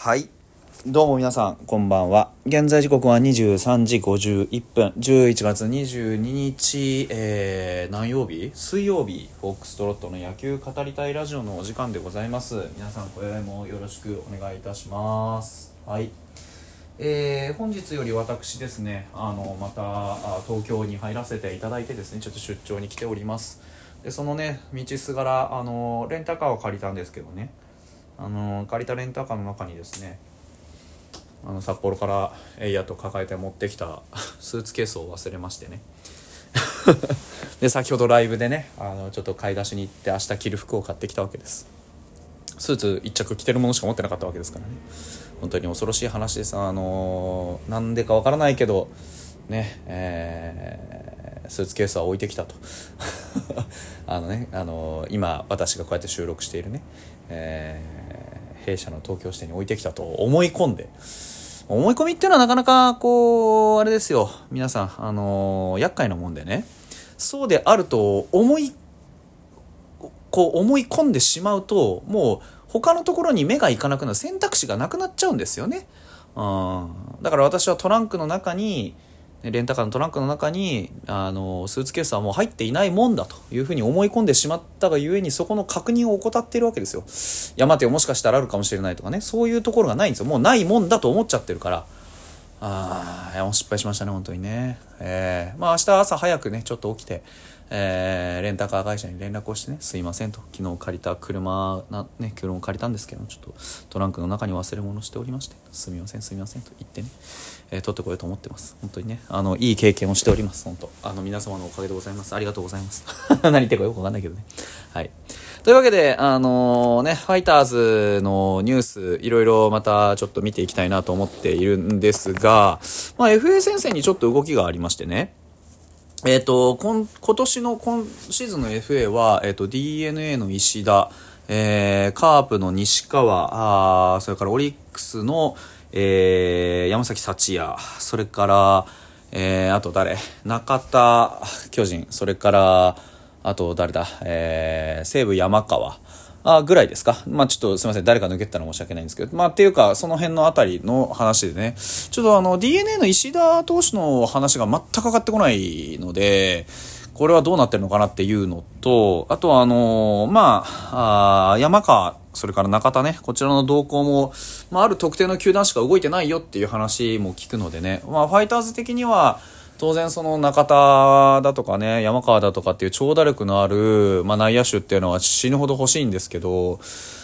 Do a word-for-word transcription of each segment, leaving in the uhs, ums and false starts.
はい、どうも皆さんこんばんは。現在時刻はにじゅうさんじごじゅういっぷん、じゅういちがつにじゅうににち、えー、何曜日？水曜日、フォックストロットの野球語りたいラジオのお時間でございます。皆さんこれもよろしくお願いいたします。はい、えー、本日より私ですね、あのまた東京に入らせていただいてですね、ちょっと出張に来ております。でそのね道すがらあのレンタカーを借りたんですけどね、あの借りたレンタカーの中にですね、あの札幌からエイヤと抱えて持ってきたスーツケースを忘れましてねで先ほどライブでね、あのちょっと買い出しに行って明日着る服を買ってきたわけです。スーツ一着着てるものしか持ってなかったわけですからね。本当に恐ろしい話です。あのなんでかわからないけどね、えー、スーツケースは置いてきたとあのね、あの今私がこうやって収録しているね、えー、弊社の東京支店に置いてきたと思い込んで、思い込みっていうのはなかなかこうあれですよ皆さん、あの厄介なもんでね、そうであると思いこう思い込んでしまうと、もう他のところに目がいかなくなる、選択肢がなくなっちゃうんですよね。うん、だから私はトランクの中にレンタカーのトランクの中にあのスーツケースはもう入っていないもんだというふうに思い込んでしまったがゆえに、そこの確認を怠っているわけですよ。いや待てよ、もしかしたらあるかもしれないとかね、そういうところがないんですよ。もうないもんだと思っちゃってるから。ああ、いやもう失敗しましたね本当にね。えー、まあ明日朝早くねちょっと起きて、えー、レンタカー会社に連絡をしてね、すいませんと、昨日借りた車なね車を借りたんですけど、ちょっとトランクの中に忘れ物しておりまして、すみませんすみませんと言ってね、えー、取ってこようと思ってます。本当にね、あのいい経験をしております。本当あの皆様のおかげでございます。ありがとうございます何言ってるかよくわかんないけどね。はい、というわけで、あのー、ね、ファイターズのニュース、いろいろまたちょっと見ていきたいなと思っているんですが、まあ、エフエー 戦線にちょっと動きがありましてね、えっと、今、今年の今シーズンの エフエー は、えっと、ディーエヌエー の石田、えー、カープの西川、あそれからオリックスの、えー、山崎幸也、それから、えー、あと誰中田巨人、それからあと誰だ、えー、西武山川あぐらいですか。まあちょっとすみません、誰か抜けてたら申し訳ないんですけど、まあっていうかその辺のあたりの話でね、ちょっとあの ディーエヌエー の石田投手の話が全く上がってこないので、これはどうなってるのかなっていうのと、あとはあのー、まあ、あ山川、それから中田ね、こちらの動向も、まあある特定の球団しか動いてないよっていう話も聞くのでね、まあファイターズ的には当然その中田だとかね山川だとかっていう長打力のある、まあ、内野手っていうのは死ぬほど欲しいんですけど、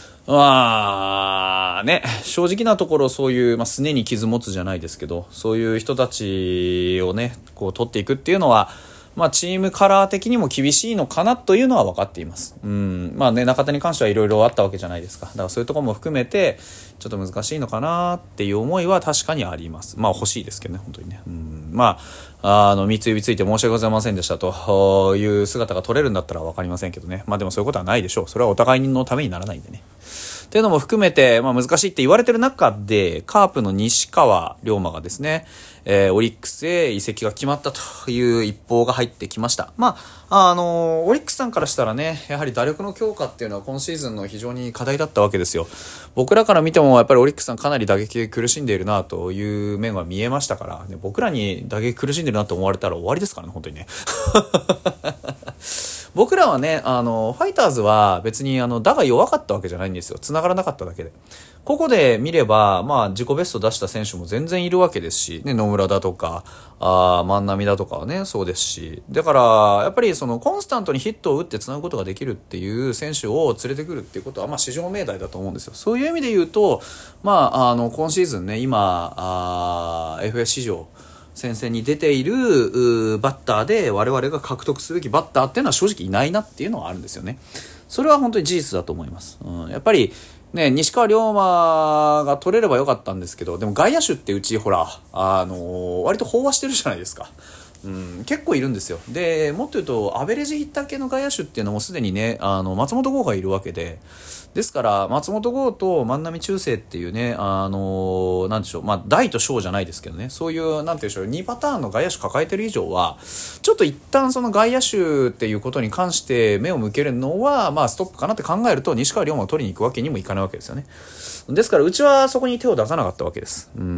まあね正直なところそういう、まあ、すねに傷持つじゃないですけど、そういう人たちをねこう取っていくっていうのは、まあ、チームカラー的にも厳しいのかなというのは分かっています。うん、まあね中田に関してはいろいろあったわけじゃないですか。だからそういうところも含めてちょっと難しいのかなっていう思いは確かにあります。まあ欲しいですけどね本当にね。うん、まああの三つ指ついて申し訳ございませんでしたという姿が取れるんだったら分かりませんけどね。まあでもそういうことはないでしょう。それはお互いのためにならないんでね。っていうのも含めて、まあ、難しいって言われてる中でカープの西川龍馬がですね、えー、オリックスへ移籍が決まったという一報が入ってきました。まああのー、オリックスさんからしたらねやはり打力の強化っていうのは今シーズンの非常に課題だったわけですよ。僕らから見てもやっぱりオリックスさんかなり打撃で苦しんでいるなという面が見えましたから、ね、僕らに打撃苦しんでるなと思われたら終わりですからね本当にね僕らはねあのファイターズは別にあの打が弱かったわけじゃないんですよ。繋がらなかっただけで、ここで見ればまあ自己ベスト出した選手も全然いるわけですし、ね、野村だとかあ万波だとかはねそうですし、だからやっぱりそのコンスタントにヒットを打って繋ぐことができるっていう選手を連れてくるっていうことはまあ至上命題だと思うんですよ。そういう意味で言うとまああの今シーズンね今あ エフエス 史上戦線に出ているバッターで我々が獲得すべきバッターっていうのは正直いないなっていうのはあるんですよね。それは本当に事実だと思います。うん、やっぱりね西川龍馬が取れればよかったんですけど、でも外野手ってうちほらあのー、割と飽和してるじゃないですか。うん、結構いるんですよ。でもっと言うとアベレージヒッター系の外野手っていうのもすでにねあの松本剛がいるわけで、 ですから松本剛と万波中正っていうね、あのー、なんでしょう、まあ大と小じゃないですけどね、そういうなんていうんでしょう、にパターンの外野手抱えてる以上はちょっと一旦その外野手っていうことに関して目を向けるのはまあストップかなって考えると、西川龍馬を取りに行くわけにもいかないわけですよね。ですからうちはそこに手を出さなかったわけです。うん、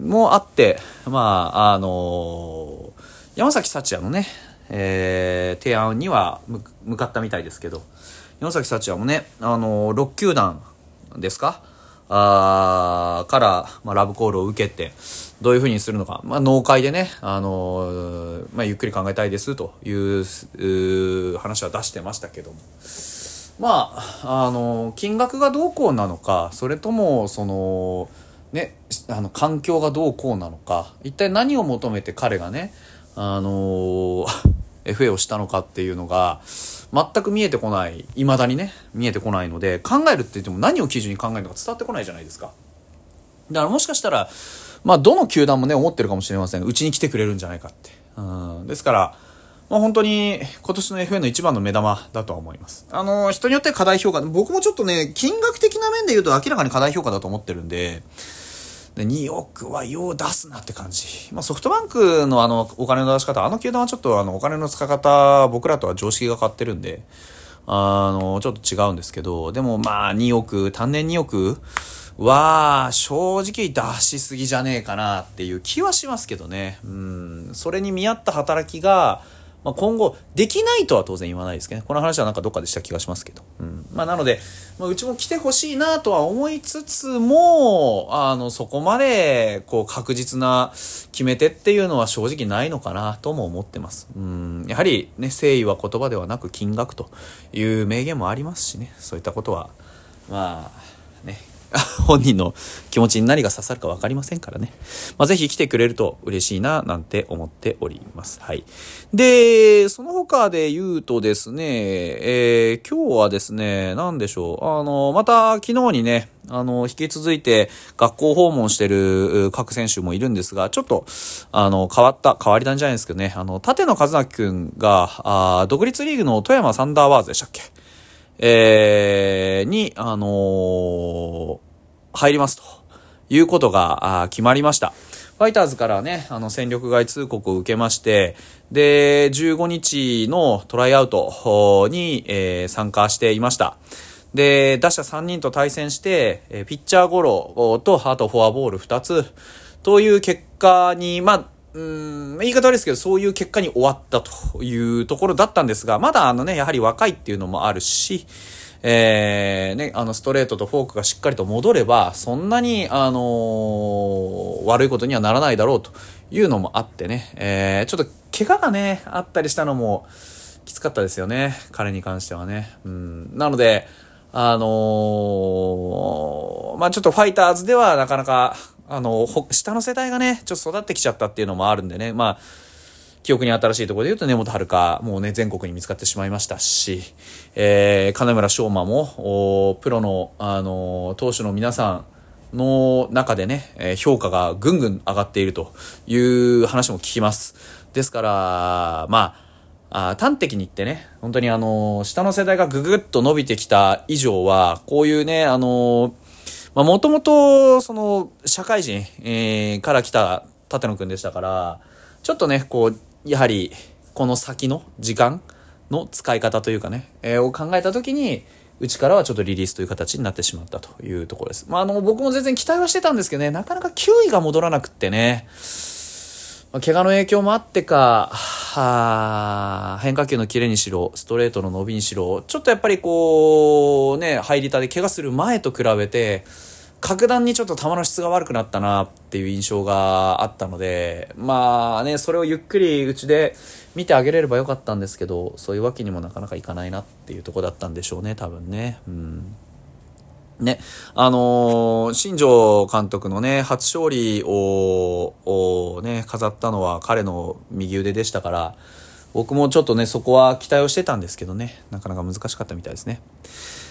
もうあって、まああのー、山崎福也のね、えー、提案には向かったみたいですけど、山崎福也もね、あのー、ろく球団ですかあから、まあ、ラブコールを受けてどういう風にするのか、まあ、農会でね、あのーまあ、ゆっくり考えたいですという話は出してましたけども、まああのー、金額がどうこうなのか、それともそのね、あの環境がどうこうなのか、一体何を求めて彼がね、あのー、エフエー をしたのかっていうのが全く見えてこない、未だにね見えてこないので、考えるって言っても何を基準に考えるのか伝わってこないじゃないですか。だからもしかしたらまあどの球団もね思ってるかもしれません。うちに来てくれるんじゃないかって。うんですから、まあ、本当に今年の エフエー の一番の目玉だとは思います。あのー、人によって過大評価、僕もちょっとね金額的な面で言うと明らかに過大評価だと思ってるんで、でにおくはよう出すなって感じ。まあ、ソフトバンクのあのお金の出し方、あの球団はちょっとあのお金の使い方僕らとは常識が変わってるんで、あのちょっと違うんですけど、でもまあにおく、単年におくは正直出しすぎじゃねえかなっていう気はしますけどね。うん、それに見合った働きがまあ、今後できないとは当然言わないですけどね。この話はなんかどっかでした気がしますけど、うん、まあなので、まあ、うちも来てほしいなとは思いつつも、あのそこまでこう確実な決め手っていうのは正直ないのかなとも思ってます。うん、やはりね、誠意は言葉ではなく金額という名言もありますしね、そういったことはまあね本人の気持ちに何が刺さるか分かりませんからね。まあ、ぜひ来てくれると嬉しいななんて思っております。はい。で、その他で言うとですね、えー、今日はですね、なんでしょう。あの、また昨日にね、あの、引き続いて学校訪問してる各選手もいるんですが、ちょっと、あの、変わった、変わりなんじゃないですけどね、あの、立野和明くんが、あ独立リーグの富山サンダーバーズでしたっけえー、に、あのー、入りますということが決まりました。ファイターズからね、あの戦力外通告を受けまして、で、じゅうごにちのトライアウトに、えー、参加していました。で、打者さんにんと対戦して、えー、ピッチャーゴロと、あとフォアボールふたつという結果に、まあ、うーん言い方悪いですけど、そういう結果に終わったというところだったんですが、まだあのね、やはり若いっていうのもあるし、えー、ね、あのストレートとフォークがしっかりと戻れば、そんなに、あのー、悪いことにはならないだろうというのもあってね、えー、ちょっと怪我がね、あったりしたのもきつかったですよね、彼に関してはね。うん、なので、あのー、まあちょっとファイターズではなかなか、あの、下の世代がね、ちょっと育ってきちゃったっていうのもあるんでね、まあ、記憶に新しいところで言うと根本遥、もうね、全国に見つかってしまいましたし、えー、金村翔馬も、プロの、あのー、投手の皆さんの中でね、えー、評価がぐんぐん上がっているという話も聞きます。ですから、まあ、あ端的に言ってね、本当にあのー、下の世代がぐぐっと伸びてきた以上は、こういうね、あのー、まあ、もともと、その、社会人、えー、から来た立野くんでしたから、ちょっとね、こう、やはり、この先の時間の使い方というかね、えー、を考えたときに、うちからはちょっとリリースという形になってしまったというところです。まあ、あの、僕も全然期待はしてたんですけどね、なかなか球威が戻らなくってね、まあ、怪我の影響もあってか、は変化球のキレにしろ、ストレートの伸びにしろ、ちょっとやっぱりこう、ね、入りたで怪我する前と比べて、格段にちょっと球の質が悪くなったなっていう印象があったので、まあね、それをゆっくりうちで見てあげれればよかったんですけど、そういうわけにもなかなかいかないなっていうところだったんでしょうね、多分ね。うんね、あのー、新庄監督のね、初勝利を、をね、飾ったのは彼の右腕でしたから、僕もちょっとね、そこは期待をしてたんですけどね、なかなか難しかったみたいですね。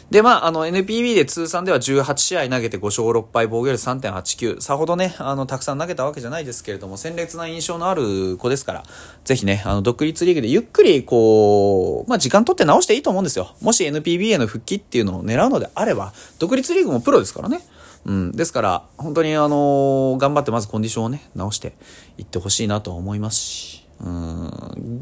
で、まあ、あの、エヌピービー で通算ではじゅうはちしあい投げてごしょうろっぱい、防御率 さんてんはちきゅう。さほどね、あの、たくさん投げたわけじゃないですけれども、鮮烈な印象のある子ですから、ぜひね、あの、独立リーグでゆっくり、こう、まあ、時間取って直していいと思うんですよ。もし エヌピービー への復帰っていうのを狙うのであれば、独立リーグもプロですからね。うん。ですから、本当にあのー、頑張ってまずコンディションをね、直していってほしいなと思いますし、うん、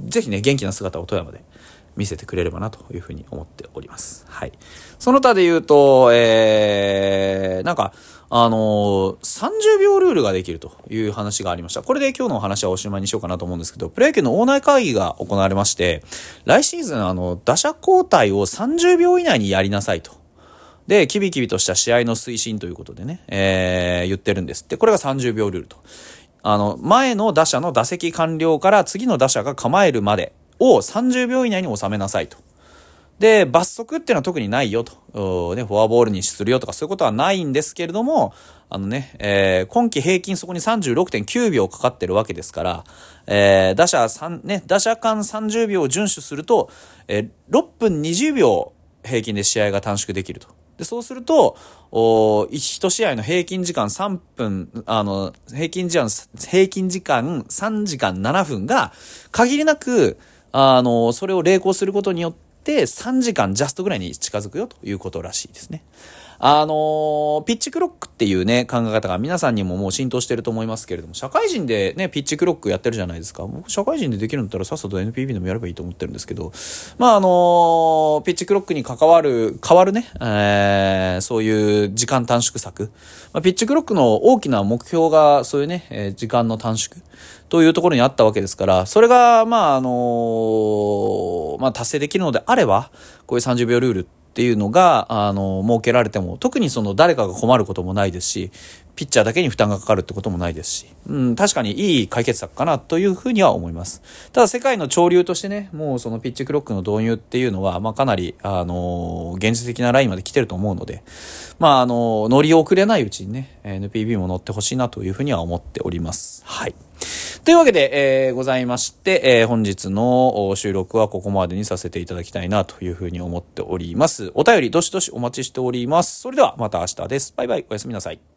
ぜひね、元気な姿を富山で見せてくれればなというふうに思っております。はい。その他で言うと、えー、なんか、あのー、さんじゅうびょうルールができるという話がありました。これで今日のお話はおしまいにしようかなと思うんですけど、プロ野球のオーナー会議が行われまして、来シーズンあの、打者交代をさんじゅうびょう以内にやりなさいと。で、キビキビとした試合の推進ということでね、えー、言ってるんですって。これがさんじゅうびょうルールと。あの、前の打者の打席完了から次の打者が構えるまでをさんじゅうびょう以内に収めなさいと。で、罰則っていうのは特にないよと。ね、フォアボールにするよとかそういうことはないんですけれども、あのね、えー、今季平均そこに さんじゅうろくてんきゅうびょうかかってるわけですから、えー、打者3、ね、打者間さんじゅうびょうを遵守すると、えー、ろっぷんにじゅうびょう平均で試合が短縮できると。で、そうすると、お一試合の平均時間さんぷん、あの、平均時間、平均時間さんじかんななふんが、限りなく、あの、それを励行することによってさんじかんジャストぐらいに近づくよということらしいですね。あのー、ピッチクロックっていうね、考え方が皆さんにももう浸透してると思いますけれども、社会人でね、ピッチクロックやってるじゃないですか。僕、社会人でできるんだったらさっさと エヌピービー でもやればいいと思ってるんですけど、まあ、あのー、ピッチクロックに関わる、変わるね、えー、そういう時間短縮策。まあ、ピッチクロックの大きな目標が、そういうね、えー、時間の短縮というところにあったわけですから、それが、まあ、あのー、まあ、達成できるのであれば、こういうさんじゅうびょうルールっていうのが、あの、設けられても、特にその誰かが困ることもないですし、ピッチャーだけに負担がかかるってこともないですし、うん、確かにいい解決策かなというふうには思います。ただ世界の潮流としてね、もうそのピッチクロックの導入っていうのは、まあかなり、あの、現実的なラインまで来てると思うので、まああの、乗り遅れないうちにね、エヌピービー も乗ってほしいなというふうには思っております。はい。というわけで、えー、ございまして、えー、本日の収録はここまでにさせていただきたいなというふうに思っております。お便りどしどしお待ちしております。それではまた明日です。バイバイ。おやすみなさい。